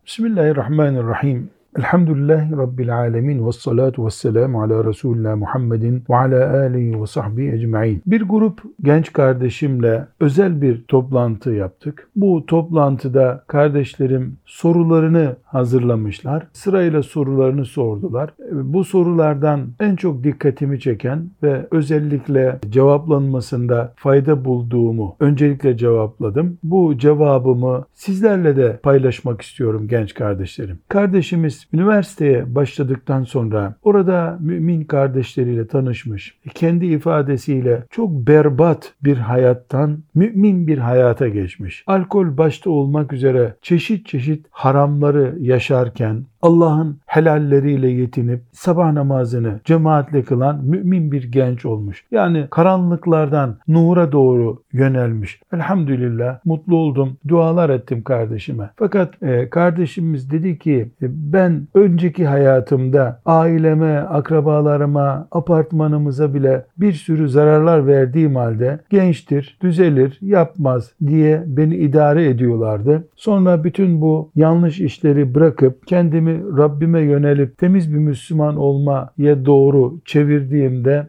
Bismillahirrahmanirrahim. Elhamdülillahi Rabbil alemin ve salatu ve selamu ala Resulina Muhammedin ve ala alihi ve sahbihi ecma'in. Bir grup genç kardeşimle özel bir toplantı yaptık. Bu toplantıda kardeşlerim sorularını hazırlamışlar. Sırayla sorularını sordular. Bu sorulardan en çok dikkatimi çeken ve özellikle cevaplanmasında fayda bulduğumu öncelikle cevapladım. Bu cevabımı sizlerle de paylaşmak istiyorum genç kardeşlerim. Kardeşimiz üniversiteye başladıktan sonra orada mümin kardeşleriyle tanışmış. Kendi ifadesiyle çok berbat bir hayattan mümin bir hayata geçmiş. Alkol başta olmak üzere çeşit çeşit haramları yaşarken Allah'ın helalleriyle yetinip sabah namazını cemaatle kılan mümin bir genç olmuş. Yani karanlıklardan nura doğru yönelmiş. Elhamdülillah mutlu oldum. Dualar ettim kardeşime. Fakat kardeşimiz dedi ki ben önceki hayatımda aileme, akrabalarıma, apartmanımıza bile bir sürü zararlar verdiğim halde gençtir, düzelir, yapmaz diye beni idare ediyorlardı. Sonra bütün bu yanlış işleri bırakıp kendimi Rabbime yönelip temiz bir Müslüman olmaya doğru çevirdiğimde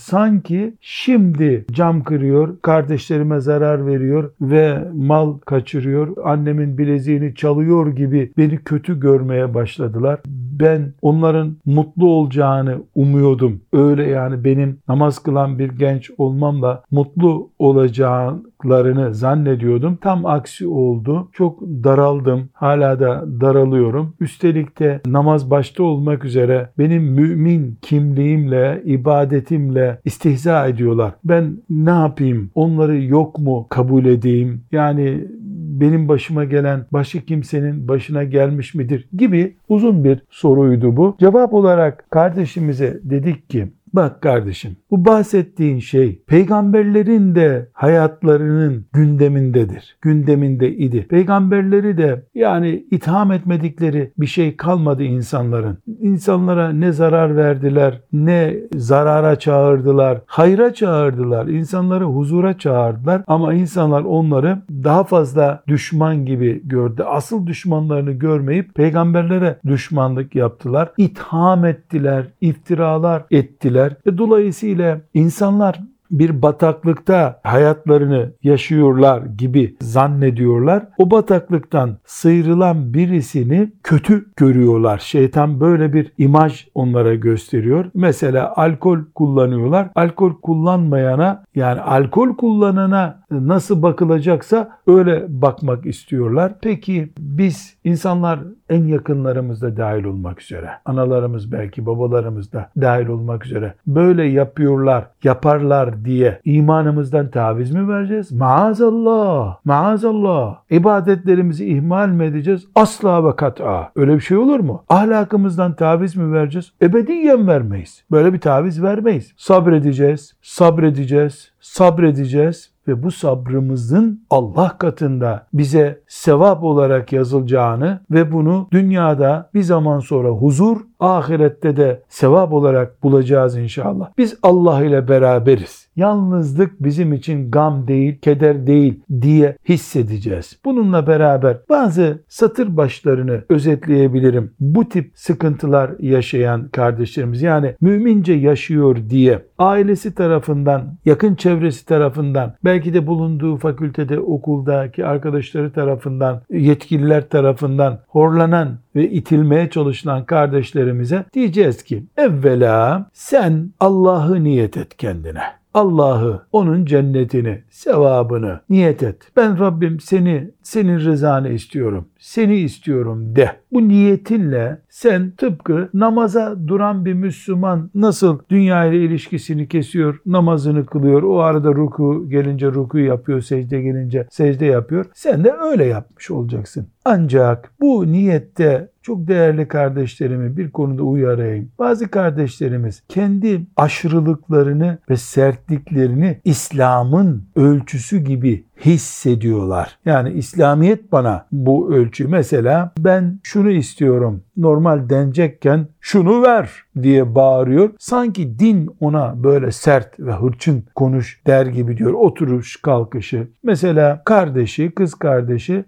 sanki şimdi cam kırıyor, kardeşlerime zarar veriyor ve mal kaçırıyor, annemin bileziğini çalıyor gibi beni kötü görmeye başladılar. Ben onların mutlu olacağını umuyordum. Öyle yani benim namaz kılan bir genç olmamla mutlu olacaklarını zannediyordum. Tam aksi oldu. Çok daraldım. Hala da daralıyorum. Üstelik de namaz başta olmak üzere benim mümin kimliğimle, ibadetimle istihza ediyorlar. Ben ne yapayım? Onları yok mu kabul edeyim? Yani benim başıma gelen başka kimsenin başına gelmiş midir gibi uzun bir soruydu bu. Cevap olarak kardeşimize dedik ki bak kardeşim, bu bahsettiğin şey peygamberlerin de hayatlarının gündemindedir. Gündeminde idi. Peygamberleri de yani itham etmedikleri bir şey kalmadı insanların. İnsanlara ne zarar verdiler, ne zarara çağırdılar, hayra çağırdılar. İnsanları huzura çağırdılar ama insanlar onları daha fazla düşman gibi gördü. Asıl düşmanlarını görmeyip peygamberlere düşmanlık yaptılar. İtham ettiler, iftiralar ettiler. Dolayısıyla insanlar bir bataklıkta hayatlarını yaşıyorlar gibi zannediyorlar. O bataklıktan sıyrılan birisini kötü görüyorlar. Şeytan böyle bir imaj onlara gösteriyor. Mesela alkol kullanıyorlar. Alkol kullanmayana yani alkol kullanana nasıl bakılacaksa öyle bakmak istiyorlar. Peki biz insanlar en yakınlarımızda dahil olmak üzere, analarımız belki babalarımız da dahil olmak üzere böyle yapıyorlar, yaparlar diye imanımızdan taviz mi vereceğiz? Maazallah, maazallah. İbadetlerimizi ihmal mi edeceğiz? Asla ve kat'a. Öyle bir şey olur mu? Ahlakımızdan taviz mi vereceğiz? Ebediyen vermeyiz. Böyle bir taviz vermeyiz. Sabredeceğiz, sabredeceğiz, sabredeceğiz. Ve bu sabrımızın Allah katında bize sevap olarak yazılacağını ve bunu dünyada bir zaman sonra huzur, ahirette de sevap olarak bulacağız inşallah. Biz Allah ile beraberiz. Yalnızlık bizim için gam değil, keder değil diye hissedeceğiz. Bununla beraber bazı satır başlarını özetleyebilirim. Bu tip sıkıntılar yaşayan kardeşlerimiz yani mümince yaşıyor diye ailesi tarafından, yakın çevresi tarafından, belki de bulunduğu fakültede, okuldaki arkadaşları tarafından, yetkililer tarafından horlanan ve itilmeye çalışılan kardeşlerimize diyeceğiz ki evvela sen Allah'ı niyet et kendine. Allah'ı, onun cennetini, sevabını niyet et. Ben Rabbim senin rızanı istiyorum. Seni istiyorum de. Bu niyetinle sen tıpkı namaza duran bir Müslüman nasıl dünya ile ilişkisini kesiyor, namazını kılıyor, o arada ruku gelince ruku yapıyor, secde gelince secde yapıyor. Sen de öyle yapmış olacaksın. Ancak bu niyette çok değerli kardeşlerimi bir konuda uyarayım. Bazı kardeşlerimiz kendi aşırılıklarını ve sertliklerini İslam'ın ölçüsü gibi hissediyorlar. Yani İslamiyet bana bu ölçü. Mesela ben şunu istiyorum, normal denecekken şunu ver diye bağırıyor. Sanki din ona böyle sert ve hırçın konuş der gibi diyor. Oturuş kalkışı. Mesela kardeşi, kız kardeşi,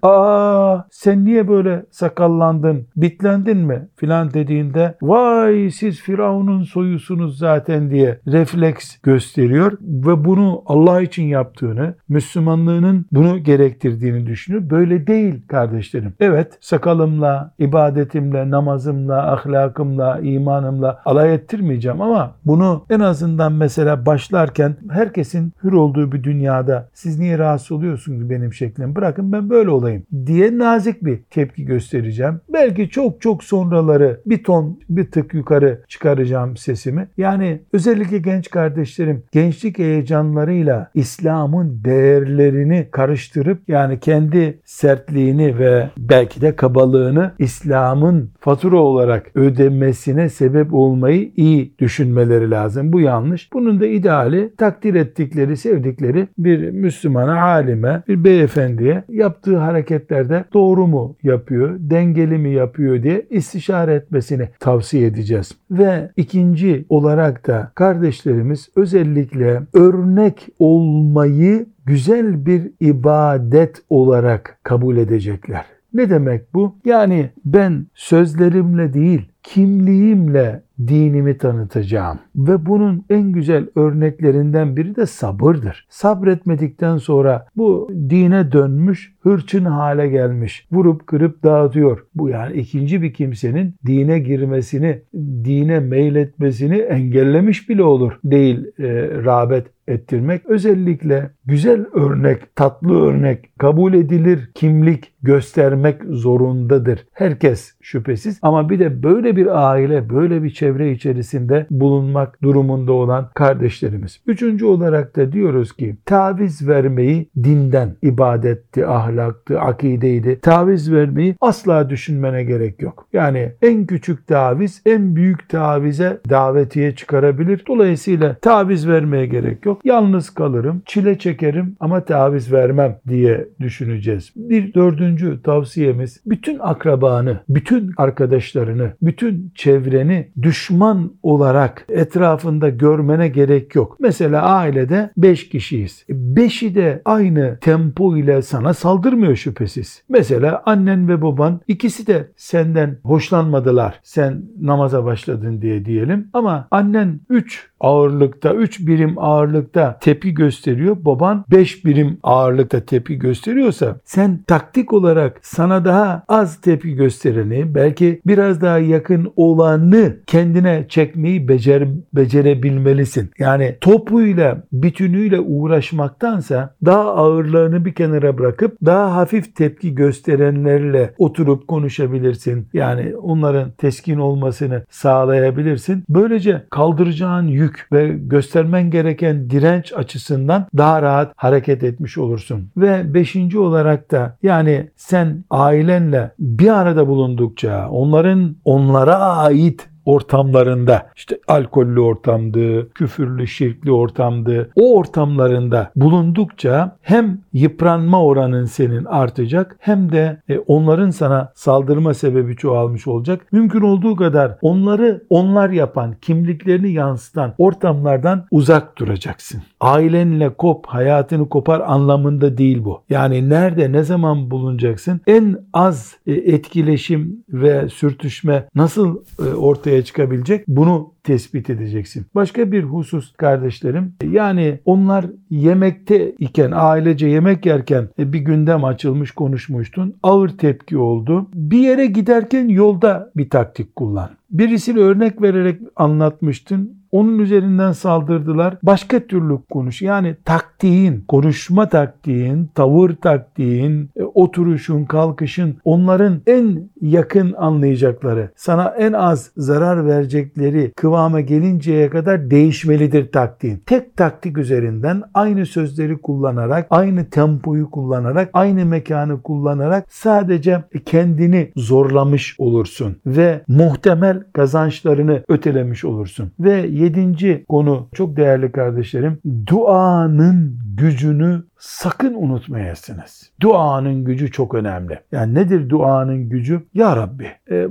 sen niye böyle sakallandın, bitlendin mi filan dediğinde, vay siz Firavun'un soyusunuz zaten diye refleks gösteriyor ve bunu Allah için yaptığını, Müslümanlığının bunu gerektirdiğini düşünüyor. Böyle değil kardeşlerim. Evet, sakalımla, ibadetimle, namazımla, ahlakımla, imanımla alay ettirmeyeceğim ama bunu en azından mesela başlarken herkesin hür olduğu bir dünyada siz niye rahatsız oluyorsunuz benim şeklim, bırakın ben böyle olayım diye nazik bir tepki göstereceğim. Belki çok çok sonraları bir ton bir tık yukarı çıkaracağım sesimi. Yani özellikle genç kardeşlerim gençlik heyecanlarıyla İslam'ın değerlerini karıştırıp yani kendi sertliğini ve belki de kabalığını İslam'ın fatura olarak ödemesine sebep olmayı iyi düşünmeleri lazım. Bu yanlış. Bunun da ideali takdir ettikleri, sevdikleri bir Müslümana, alime, bir beyefendiye yaptığı hareketlerde doğru mu yapıyor, dengeli mi yapıyor diye istişare etmesini tavsiye edeceğiz. Ve ikinci olarak da kardeşlerimiz özellikle örnek olmayı güzel bir ibadet olarak kabul edecekler. Ne demek bu? Yani ben sözlerimle değil, kimliğimle dinimi tanıtacağım. Ve bunun en güzel örneklerinden biri de sabırdır. Sabretmedikten sonra bu dine dönmüş, hırçın hale gelmiş, vurup kırıp dağıtıyor. Bu yani ikinci bir kimsenin dine girmesini, dine meyletmesini engellemiş bile olur. Değil rağbet ettirmek. Özellikle güzel örnek, tatlı örnek, kabul edilir kimlik göstermek zorundadır. Herkes şüphesiz ama bir de böyle bir aile, böyle bir çevre içerisinde bulunmak durumunda olan kardeşlerimiz. Üçüncü olarak da diyoruz ki taviz vermeyi dinden, ibadetti, ahlaktı, akideydi. Taviz vermeyi asla düşünmene gerek yok. Yani en küçük taviz en büyük tavize davetiye çıkarabilir. Dolayısıyla taviz vermeye gerek yok. Yalnız kalırım, çile çekerim ama taviz vermem diye düşüneceğiz. Bir dördüncü tavsiyemiz bütün akrabanı, bütün arkadaşlarını, bütün çevreni düşman olarak etrafında görmene gerek yok. Mesela ailede 5 kişiyiz. 5'i de aynı tempo ile sana saldırmıyor şüphesiz. Mesela annen ve baban ikisi de senden hoşlanmadılar. Sen namaza başladın diye diyelim ama annen 3 ağırlıkta, 3 birim ağırlıkta tepki gösteriyor. Baban 5 birim ağırlıkta tepki gösteriyorsa sen taktik olarak sana daha az tepki göstereni, belki biraz daha yakın olanı kendine çekmeyi becerebilmelisin. Yani topuyla, bütünüyle uğraşmaktansa daha ağırlığını bir kenara bırakıp daha hafif tepki gösterenlerle oturup konuşabilirsin. Yani onların teskin olmasını sağlayabilirsin. Böylece kaldıracağın yük ve göstermen gereken direnç açısından daha rahat hareket etmiş olursun. Ve 5. olarak da yani sen ailenle bir arada bulundukça onlara ait ortamlarında, işte alkollü ortamdı, küfürlü, şirkli ortamdı, o ortamlarında bulundukça hem yıpranma oranın senin artacak hem de onların sana saldırma sebebi çoğalmış olacak. Mümkün olduğu kadar onlar yapan, kimliklerini yansıtan ortamlardan uzak duracaksın. Ailenle kop, hayatını kopar anlamında değil bu. Yani nerede, ne zaman bulunacaksın? En az etkileşim ve sürtüşme nasıl ortaya çıkabilecek? Bunu tespit edeceksin. Başka bir husus kardeşlerim, yani onlar yemekte iken, ailece yemek yerken bir gündem açılmış, konuşmuştun. Ağır tepki oldu. Bir yere giderken yolda bir taktik kullan. Birisini örnek vererek anlatmıştın. Onun üzerinden saldırdılar. Başka türlü konuş. Yani taktiğin, konuşma taktiğin, tavır taktiğin, oturuşun, kalkışın onların en yakın anlayacakları, sana en az zarar verecekleri kıvama gelinceye kadar değişmelidir taktiğin. Tek taktik üzerinden aynı sözleri kullanarak, aynı tempoyu kullanarak, aynı mekanı kullanarak sadece kendini zorlamış olursun ve muhtemel kazançlarını ötelemiş olursun. Ve 7. konu çok değerli kardeşlerim, duanın gücünü sakın unutmayasınız. Duanın gücü çok önemli. Yani nedir duanın gücü? Ya Rabbi,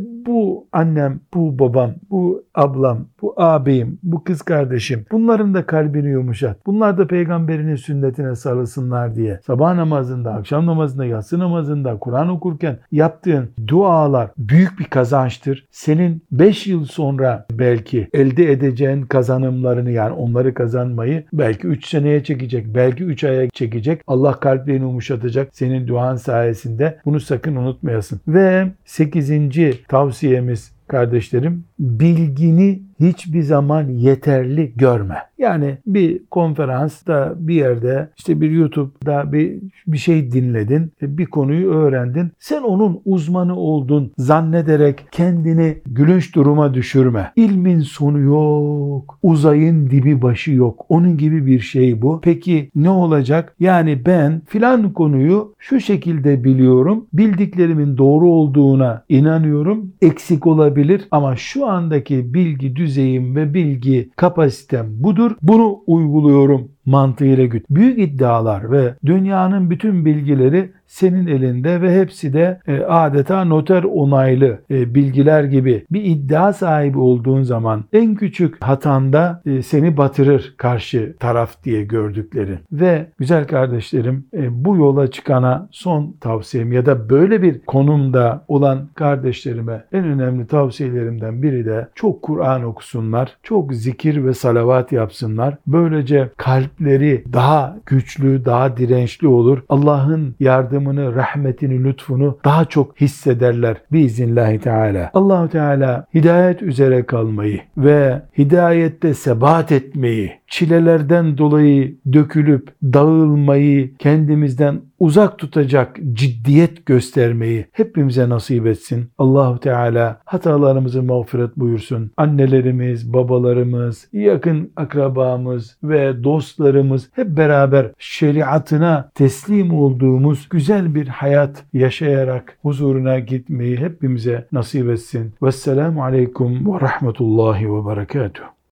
bu annem, bu babam, bu ablam, bu ağabeyim, bu kız kardeşim, bunların da kalbini yumuşat. Bunlar da peygamberinin sünnetine sarılsınlar diye sabah namazında, akşam namazında, yatsı namazında, Kur'an okurken yaptığın dualar büyük bir kazançtır. Senin 5 yıl sonra belki elde edeceğin kazanımlarını, yani onları kazanmayı belki 3 seneye çekecek, belki 3 aya çekecek. Allah kalplerini yumuşatacak senin duan sayesinde. Bunu sakın unutmayasın. Ve 8. tavsiyemiz kardeşlerim, bilgini hiçbir zaman yeterli görme. Yani bir konferansta, bir yerde, işte bir YouTube'da bir şey dinledin, bir konuyu öğrendin. Sen onun uzmanı oldun zannederek kendini gülünç duruma düşürme. İlmin sonu yok, uzayın dibi başı yok. Onun gibi bir şey bu. Peki ne olacak? Yani ben filan konuyu şu şekilde biliyorum, bildiklerimin doğru olduğuna inanıyorum, eksik olabilir ama şu andaki bilgi düzeyim ve bilgi kapasitem budur. Bunu uyguluyorum mantığıyla güt. Büyük iddialar ve dünyanın bütün bilgileri senin elinde ve hepsi de adeta noter onaylı bilgiler gibi bir iddia sahibi olduğun zaman en küçük hatanda seni batırır karşı taraf diye gördükleri. Ve güzel kardeşlerim, bu yola çıkana son tavsiyem ya da böyle bir konumda olan kardeşlerime en önemli tavsiyelerimden biri de çok Kur'an okusunlar, çok zikir ve salavat yapsınlar. Böylece kalpleri daha güçlü, daha dirençli olur. Allah'ın yardımını, rahmetini, lütfunu daha çok hissederler biiznillahü teala. Allah-u Teala hidayet üzere kalmayı ve hidayette sebat etmeyi, çilelerden dolayı dökülüp dağılmayı kendimizden uzak tutacak ciddiyet göstermeyi hepimize nasip etsin. Allah-u Teala hatalarımızı mağfiret buyursun. Annelerimiz, babalarımız, yakın akrabamız ve dostlarımız hep beraber şeriatına teslim olduğumuz güzel bir hayat yaşayarak huzuruna gitmeyi hepimize nasip etsin. Vesselamu aleyküm ve rahmetullahi ve berekatuhu.